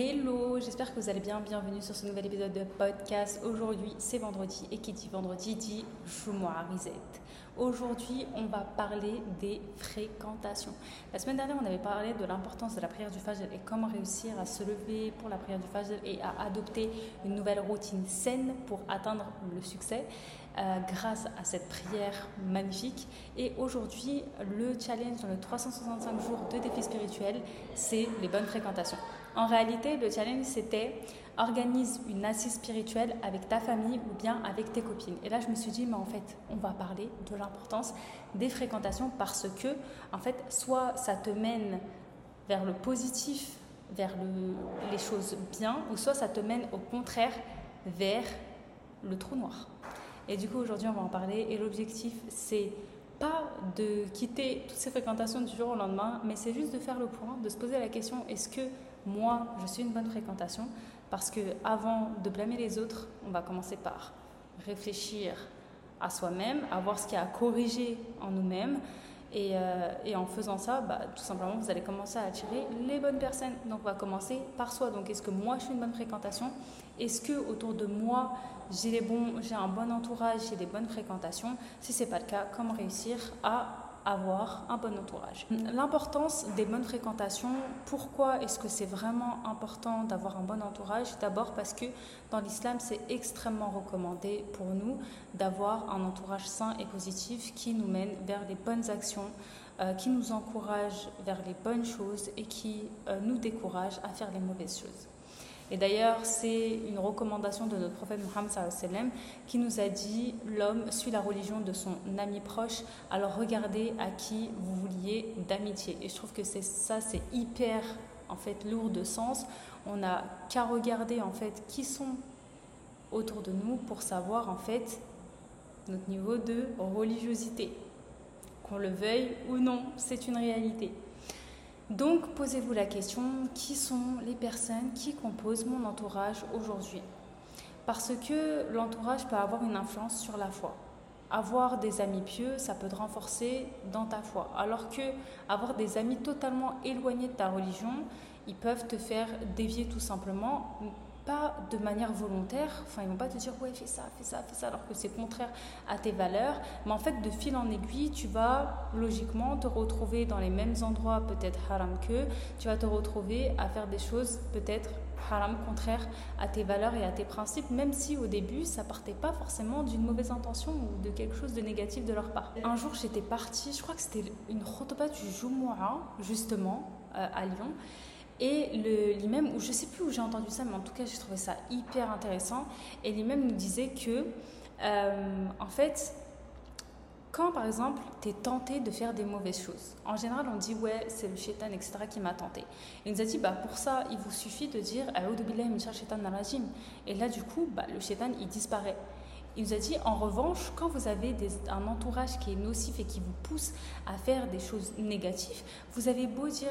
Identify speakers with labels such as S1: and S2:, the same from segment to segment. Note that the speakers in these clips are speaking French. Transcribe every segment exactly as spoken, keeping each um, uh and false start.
S1: Hello, j'espère que vous allez bien. Bienvenue sur ce nouvel épisode de podcast. Aujourd'hui, c'est vendredi et qui dit vendredi dit Jumu'ah Reset. Aujourd'hui, on va parler des fréquentations. La semaine dernière, on avait parlé de l'importance de la prière du Fajr et comment réussir à se lever pour la prière du Fajr et à adopter une nouvelle routine saine pour atteindre le succès euh, grâce à cette prière magnifique. Et aujourd'hui, le challenge dans le trois cent soixante-cinq jours de défi spirituel, c'est les bonnes fréquentations. En réalité, le challenge, c'était organise une assise spirituelle avec ta famille ou bien avec tes copines. Et là, je me suis dit, mais en fait, on va parler de l'importance des fréquentations parce que, en fait, soit ça te mène vers le positif, vers le, les choses bien, ou soit ça te mène au contraire vers le trou noir. Et du coup, aujourd'hui, on va en parler. Et l'objectif, c'est pas de quitter toutes ces fréquentations du jour au lendemain, mais c'est juste de faire le point, de se poser la question, est-ce que moi, je suis une bonne fréquentation? Parce que avant de blâmer les autres, on va commencer par réfléchir à soi-même, à voir ce qu'il y a à corriger en nous-mêmes. Et, euh, et en faisant ça, bah, tout simplement, vous allez commencer à attirer les bonnes personnes. Donc, on va commencer par soi. Donc, est-ce que moi, je suis une bonne fréquentation? Est-ce que autour de moi, j'ai, les bons, j'ai un bon entourage, j'ai des bonnes fréquentations? Si ce n'est pas le cas, comment réussir à avoir un bon entourage? L'importance des bonnes fréquentations, pourquoi est-ce que c'est vraiment important d'avoir un bon entourage? D'abord parce que dans l'islam, c'est extrêmement recommandé pour nous d'avoir un entourage sain et positif qui nous mène vers les bonnes actions, euh, qui nous encourage vers les bonnes choses et qui euh, nous décourage à faire les mauvaises choses. Et d'ailleurs, c'est une recommandation de notre prophète Mohammed sallallahu alayhi wa sallam qui nous a dit « L'homme suit la religion de son ami proche, alors regardez à qui vous vous liez d'amitié. » Et je trouve que c'est, ça, c'est hyper en fait, lourd de sens. On n'a qu'à regarder en fait, qui sont autour de nous pour savoir en fait, notre niveau de religiosité. Qu'on le veuille ou non, c'est une réalité. Donc, posez-vous la question, qui sont les personnes qui composent mon entourage aujourd'hui? Parce que l'entourage peut avoir une influence sur la foi. Avoir des amis pieux, ça peut te renforcer dans ta foi. Alors que avoir des amis totalement éloignés de ta religion, ils peuvent te faire dévier tout simplement, pas de manière volontaire, enfin ils vont pas te dire ouais fais ça, fais ça, fais ça, alors que c'est contraire à tes valeurs, mais en fait de fil en aiguille, tu vas logiquement te retrouver dans les mêmes endroits peut-être haram qu'eux, tu vas te retrouver à faire des choses peut-être haram contraires à tes valeurs et à tes principes, même si au début ça partait pas forcément d'une mauvaise intention ou de quelque chose de négatif de leur part. Un jour j'étais partie, je crois que c'était une khutba du Jumu'ah justement euh, à Lyon. Et le, l'imam, ou je ne sais plus où j'ai entendu ça, mais en tout cas, j'ai trouvé ça hyper intéressant. Et l'imam nous disait que, euh, en fait, quand par exemple, tu es tenté de faire des mauvaises choses, en général, on dit ouais, c'est le shaitan, et cetera, qui m'a tenté. Il nous a dit, bah, pour ça, il vous suffit de dire A'udhu billahi minash shaitanir rajim. Et là, du coup, bah, le shaitan, il disparaît. Il nous a dit, en revanche, quand vous avez des, un entourage qui est nocif et qui vous pousse à faire des choses négatives, vous avez beau dire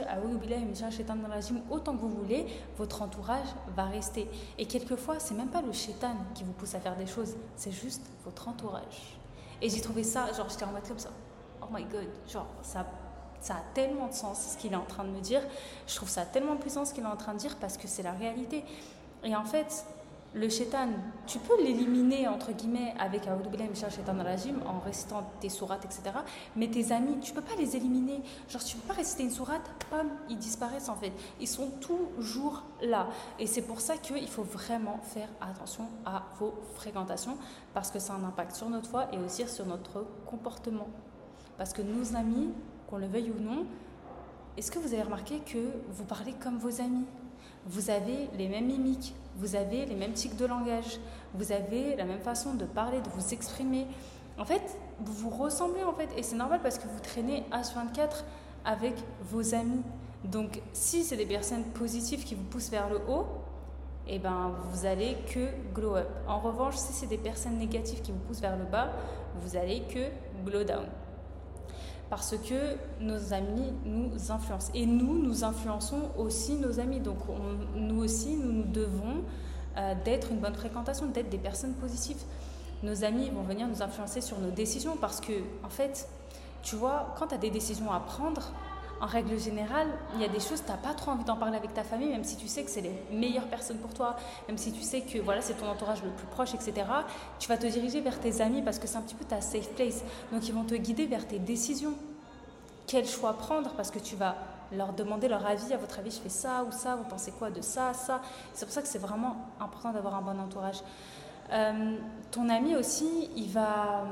S1: autant que vous voulez, votre entourage va rester. Et quelquefois, c'est même pas le shaitan qui vous pousse à faire des choses, c'est juste votre entourage. Et j'ai trouvé ça, genre j'étais en mode comme ça, oh my god, genre ça, ça a tellement de sens ce qu'il est en train de me dire. Je trouve ça tellement puissant ce qu'il est en train de dire parce que c'est la réalité. Et en fait, le shaitan, tu peux l'éliminer entre guillemets avec A'udhu billahi minash shaitanir rajim en récitant tes sourates, et cetera. Mais tes amis, tu peux pas les éliminer. Genre, tu peux pas réciter une sourate, pam, ils disparaissent en fait. Ils sont toujours là. Et c'est pour ça qu'il faut vraiment faire attention à vos fréquentations parce que ça a un impact sur notre foi et aussi sur notre comportement. Parce que nos amis, qu'on le veuille ou non, est-ce que vous avez remarqué que vous parlez comme vos amis? Vous avez les mêmes mimiques, vous avez les mêmes tics de langage, vous avez la même façon de parler, de vous exprimer. En fait, vous vous ressemblez en fait, et c'est normal parce que vous traînez H vingt-quatre avec vos amis. Donc, si c'est des personnes positives qui vous poussent vers le haut, eh ben, vous allez que glow up. En revanche, si c'est des personnes négatives qui vous poussent vers le bas, vous allez que glow down. Parce que nos amis nous influencent. Et nous, nous influençons aussi nos amis. Donc, on, nous aussi, nous nous devons euh, d'être une bonne fréquentation, d'être des personnes positives. Nos amis vont venir nous influencer sur nos décisions parce que, en fait, tu vois, quand tu as des décisions à prendre, en règle générale, il y a des choses, tu n'as pas trop envie d'en parler avec ta famille, même si tu sais que c'est les meilleures personnes pour toi, même si tu sais que voilà, c'est ton entourage le plus proche, et cetera. Tu vas te diriger vers tes amis parce que c'est un petit peu ta safe place. Donc, ils vont te guider vers tes décisions. Quel choix prendre? Parce que tu vas leur demander leur avis. À votre avis, je fais ça ou ça, vous pensez quoi de ça, ça? C'est pour ça que c'est vraiment important d'avoir un bon entourage. Euh, ton ami aussi, il va...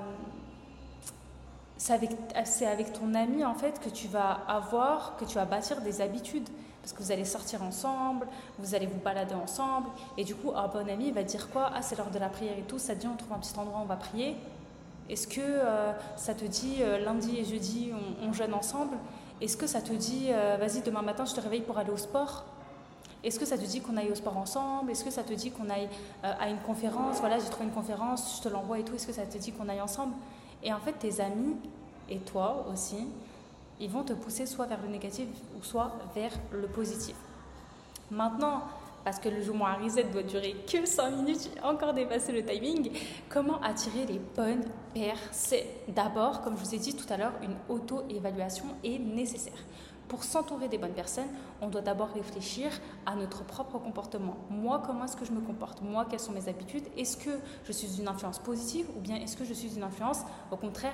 S1: C'est avec, c'est avec ton ami en fait que tu vas avoir, que tu vas bâtir des habitudes. Parce que vous allez sortir ensemble, vous allez vous balader ensemble. Et du coup, un bon ami, il va dire quoi? Ah, c'est l'heure de la prière et tout, ça te dit on trouve un petit endroit, on va prier. Est-ce que euh, ça te dit euh, lundi et jeudi, on, on jeûne ensemble? Est-ce que ça te dit, euh, vas-y, demain matin, je te réveille pour aller au sport? Est-ce que ça te dit qu'on aille au sport ensemble? Est-ce que ça te dit qu'on aille euh, à une conférence? Voilà, j'ai trouvé une conférence, je te l'envoie et tout. Est-ce que ça te dit qu'on aille ensemble? Et en fait, tes amis et toi aussi, ils vont te pousser soit vers le négatif ou soit vers le positif. Maintenant, parce que le Jumu'ah Reset doit durer que cinq minutes, j'ai encore dépassé le timing. Comment attirer les bonnes personnes? D'abord, comme je vous ai dit tout à l'heure, une auto-évaluation est nécessaire. Pour s'entourer des bonnes personnes, on doit d'abord réfléchir à notre propre comportement. Moi, comment est-ce que je me comporte? Moi, quelles sont mes habitudes? Est-ce que je suis une influence positive ou bien est-ce que je suis une influence, au contraire,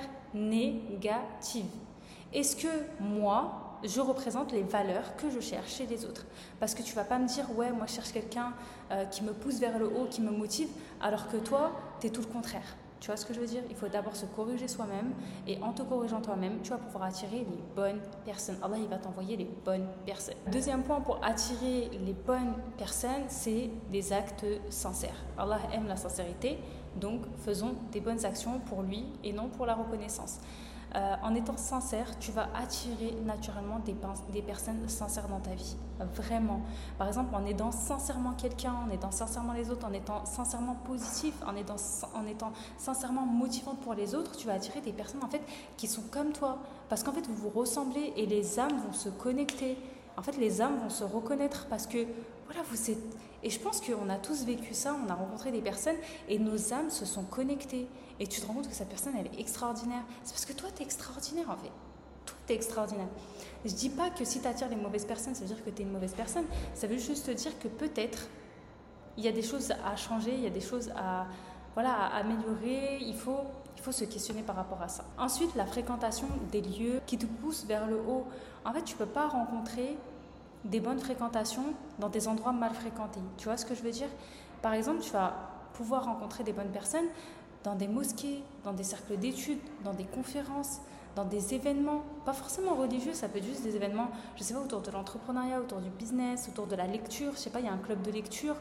S1: négative? Est-ce que moi, je représente les valeurs que je cherche chez les autres? Parce que tu ne vas pas me dire, ouais, moi je cherche quelqu'un euh, qui me pousse vers le haut, qui me motive, alors que toi, tu es tout le contraire. Tu vois ce que je veux dire? Il faut d'abord se corriger soi-même et en te corrigeant toi-même, tu vas pouvoir attirer les bonnes personnes. Allah, il va t'envoyer les bonnes personnes. Deuxième point pour attirer les bonnes personnes, c'est des actes sincères. Allah aime la sincérité, donc faisons des bonnes actions pour lui et non pour la reconnaissance. Euh, en étant sincère, tu vas attirer naturellement des, des personnes sincères dans ta vie. Vraiment. Par exemple, en aidant sincèrement quelqu'un, en aidant sincèrement les autres, en étant sincèrement positif, en étant, en étant sincèrement motivante pour les autres, tu vas attirer des personnes en fait qui sont comme toi. Parce qu'en fait, vous vous ressemblez et les âmes vont se connecter. En fait, les âmes vont se reconnaître parce que, voilà, vous êtes... Et je pense qu'on a tous vécu ça, on a rencontré des personnes et nos âmes se sont connectées. Et tu te rends compte que cette personne, elle est extraordinaire. C'est parce que toi, tu es extraordinaire en fait. Toi, tu es extraordinaire. Je ne dis pas que si tu attires les mauvaises personnes, ça veut dire que tu es une mauvaise personne. Ça veut juste te dire que peut-être, il y a des choses à changer, il y a des choses à, voilà, à améliorer. Il faut, il faut se questionner par rapport à ça. Ensuite, la fréquentation des lieux qui te poussent vers le haut. En fait, tu ne peux pas rencontrer des bonnes fréquentations dans des endroits mal fréquentés. Tu vois ce que je veux dire? Par exemple, tu vas pouvoir rencontrer des bonnes personnes dans des mosquées, dans des cercles d'études, dans des conférences, dans des événements, pas forcément religieux, ça peut être juste des événements, je sais pas, autour de l'entrepreneuriat, autour du business, autour de la lecture, je sais pas, il y a un club de lecture.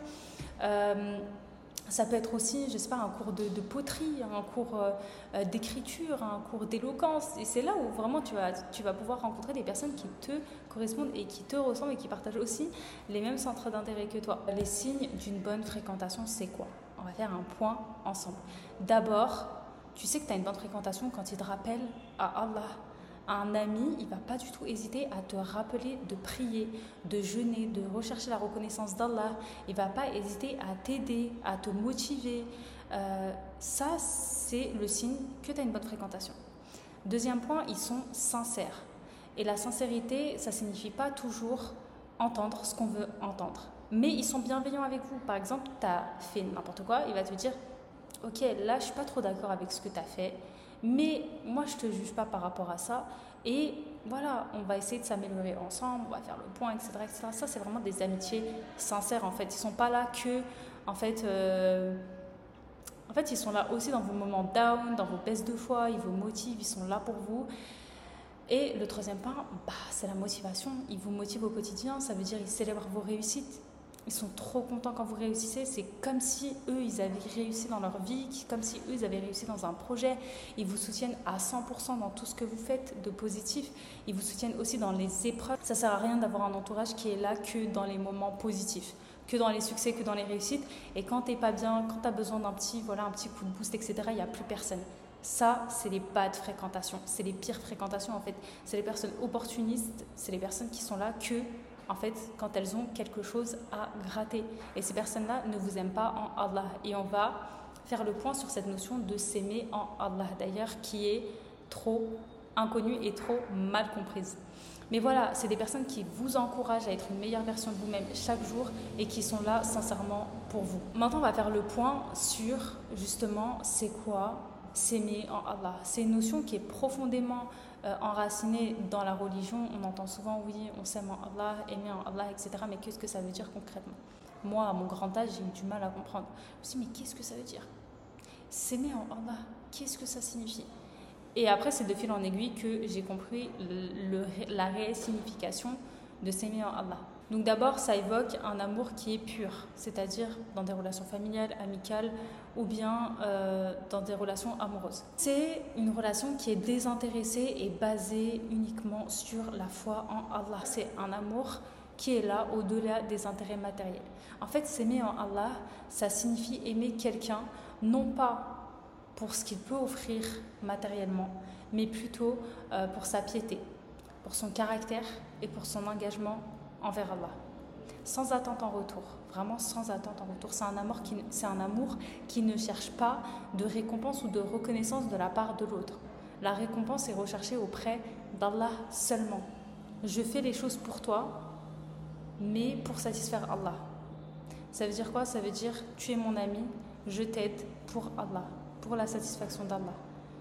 S1: Euh, ça peut être aussi, je sais pas, un cours de, de poterie, un cours euh, d'écriture, un cours d'éloquence. Et c'est là où vraiment tu vas, tu vas pouvoir rencontrer des personnes qui te correspondent et qui te ressemblent et qui partagent aussi les mêmes centres d'intérêt que toi. Les signes d'une bonne fréquentation, c'est quoi? On va faire un point ensemble. D'abord, tu sais que tu as une bonne fréquentation quand il te rappelle à Allah. Un ami, il ne va pas du tout hésiter à te rappeler de prier, de jeûner, de rechercher la reconnaissance d'Allah. Il ne va pas hésiter à t'aider, à te motiver. Euh, ça, c'est le signe que tu as une bonne fréquentation. Deuxième point, ils sont sincères. Et la sincérité, ça ne signifie pas toujours entendre ce qu'on veut entendre. Mais ils sont bienveillants avec vous. Par exemple, tu as fait n'importe quoi, il va te dire « Ok, là, je ne suis pas trop d'accord avec ce que tu as fait. » Mais moi, je ne te juge pas par rapport à ça. Et voilà, on va essayer de s'améliorer ensemble, on va faire le point, et cetera et cetera. Ça, c'est vraiment des amitiés sincères, en fait. Ils ne sont pas là que, en fait, euh... en fait, ils sont là aussi dans vos moments down, dans vos baisses de foi, ils vous motivent, ils sont là pour vous. Et le troisième point, bah, c'est la motivation. Ils vous motivent au quotidien, ça veut dire qu'ils célèbrent vos réussites. Ils sont trop contents quand vous réussissez. C'est comme si eux, ils avaient réussi dans leur vie, comme si eux, ils avaient réussi dans un projet. Ils vous soutiennent à cent pour cent dans tout ce que vous faites de positif. Ils vous soutiennent aussi dans les épreuves. Ça ne sert à rien d'avoir un entourage qui est là que dans les moments positifs, que dans les succès, que dans les réussites. Et quand tu n'es pas bien, quand tu as besoin d'un petit, voilà, un petit coup de boost, et cetera, il n'y a plus personne. Ça, c'est les bad fréquentations. C'est les pires fréquentations, en fait. C'est les personnes opportunistes. C'est les personnes qui sont là que... en fait, quand elles ont quelque chose à gratter. Et ces personnes-là ne vous aiment pas en Allah. Et on va faire le point sur cette notion de s'aimer en Allah, d'ailleurs, qui est trop inconnue et trop mal comprise. Mais voilà, c'est des personnes qui vous encouragent à être une meilleure version de vous-même chaque jour et qui sont là sincèrement pour vous. Maintenant, on va faire le point sur justement c'est quoi s'aimer en Allah. C'est une notion qui est profondément euh, enracinée dans la religion. On entend souvent, oui, on s'aime en Allah, aimer en Allah, et cetera. Mais qu'est-ce que ça veut dire concrètement? Moi, à mon grand âge, j'ai eu du mal à comprendre. Je me suis dit, mais qu'est-ce que ça veut dire? S'aimer en Allah, qu'est-ce que ça signifie? Et après, c'est de fil en aiguille que j'ai compris le, le, la réelle signification de s'aimer en Allah. Donc d'abord, ça évoque un amour qui est pur, c'est-à-dire dans des relations familiales, amicales ou bien euh, dans des relations amoureuses. C'est une relation qui est désintéressée et basée uniquement sur la foi en Allah. C'est un amour qui est là au-delà des intérêts matériels. En fait, s'aimer en Allah, ça signifie aimer quelqu'un, non pas pour ce qu'il peut offrir matériellement, mais plutôt euh, pour sa piété, pour son caractère et pour son engagement envers Allah. Sans attente en retour, vraiment sans attente en retour. C'est un amour qui, c'est un amour qui ne cherche pas de récompense ou de reconnaissance de la part de l'autre. La récompense est recherchée auprès d'Allah seulement. Je fais les choses pour toi, mais pour satisfaire Allah. Ça veut dire quoi? Ça veut dire tu es mon ami, je t'aide pour Allah, pour la satisfaction d'Allah.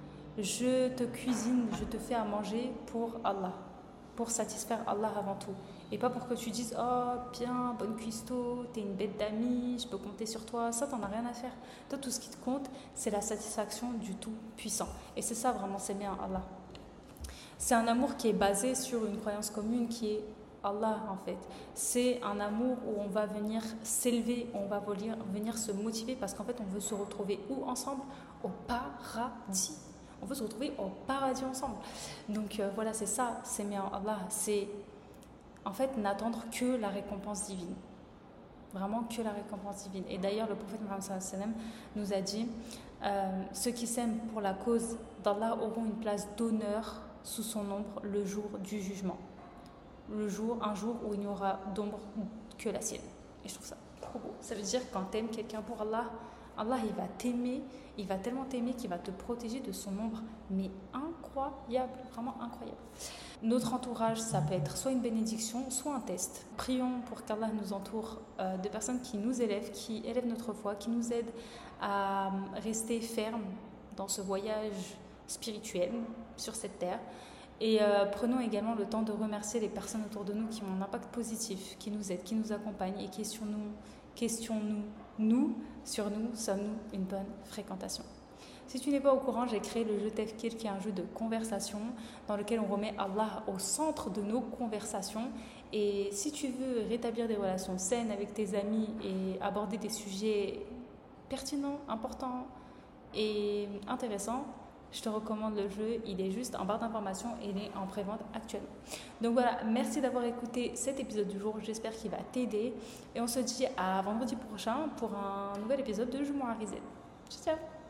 S1: Je te cuisine, je te fais à manger pour Allah, pour satisfaire Allah avant tout. Et pas pour que tu dises « Oh, bien, bonne cuistot, t'es une bête d'amis, je peux compter sur toi. » Ça, t'en as rien à faire. Toi, tout ce qui te compte, c'est la satisfaction du Tout-Puissant. Et c'est ça, vraiment, s'aimer en Allah. C'est un amour qui est basé sur une croyance commune qui est Allah, en fait. C'est un amour où on va venir s'élever, on va venir, venir se motiver parce qu'en fait, on veut se retrouver où ensemble? Au paradis. On veut se retrouver au paradis ensemble. Donc euh, voilà, c'est ça, s'aimer en Allah. C'est en fait n'attendre que la récompense divine. Vraiment que la récompense divine. Et d'ailleurs, le prophète Mohammed sallallahu alayhi wa sallam nous a dit euh, ceux qui s'aiment pour la cause d'Allah auront une place d'honneur sous son ombre le jour du jugement. Le jour, un jour où il n'y aura d'ombre que la sienne. Et je trouve ça trop beau. Ça veut dire que quand tu aimes quelqu'un pour Allah, Allah il va t'aimer, il va tellement t'aimer qu'il va te protéger de son ombre, mais incroyable, vraiment incroyable. Notre entourage, ça peut être soit une bénédiction, soit un test. Prions pour qu'Allah nous entoure euh, de personnes qui nous élèvent, qui élèvent notre foi, qui nous aident à rester fermes dans ce voyage spirituel sur cette terre. Et euh, prenons également le temps de remercier les personnes autour de nous qui ont un impact positif, qui nous aident, qui nous accompagnent et questionnons-nous, questionnons-nous, nous, sur nous, sommes-nous une bonne fréquentation. Si tu n'es pas au courant, j'ai créé le jeu Tefkir qui est un jeu de conversation dans lequel on remet Allah au centre de nos conversations. Et si tu veux rétablir des relations saines avec tes amis et aborder des sujets pertinents, importants et intéressants, je te recommande le jeu, il est juste en barre d'informations et il est en prévente actuellement. Donc voilà, merci d'avoir écouté cet épisode du jour, j'espère qu'il va t'aider. Et on se dit à vendredi prochain pour un nouvel épisode de Jumu'ah Rizet. Ciao, ciao.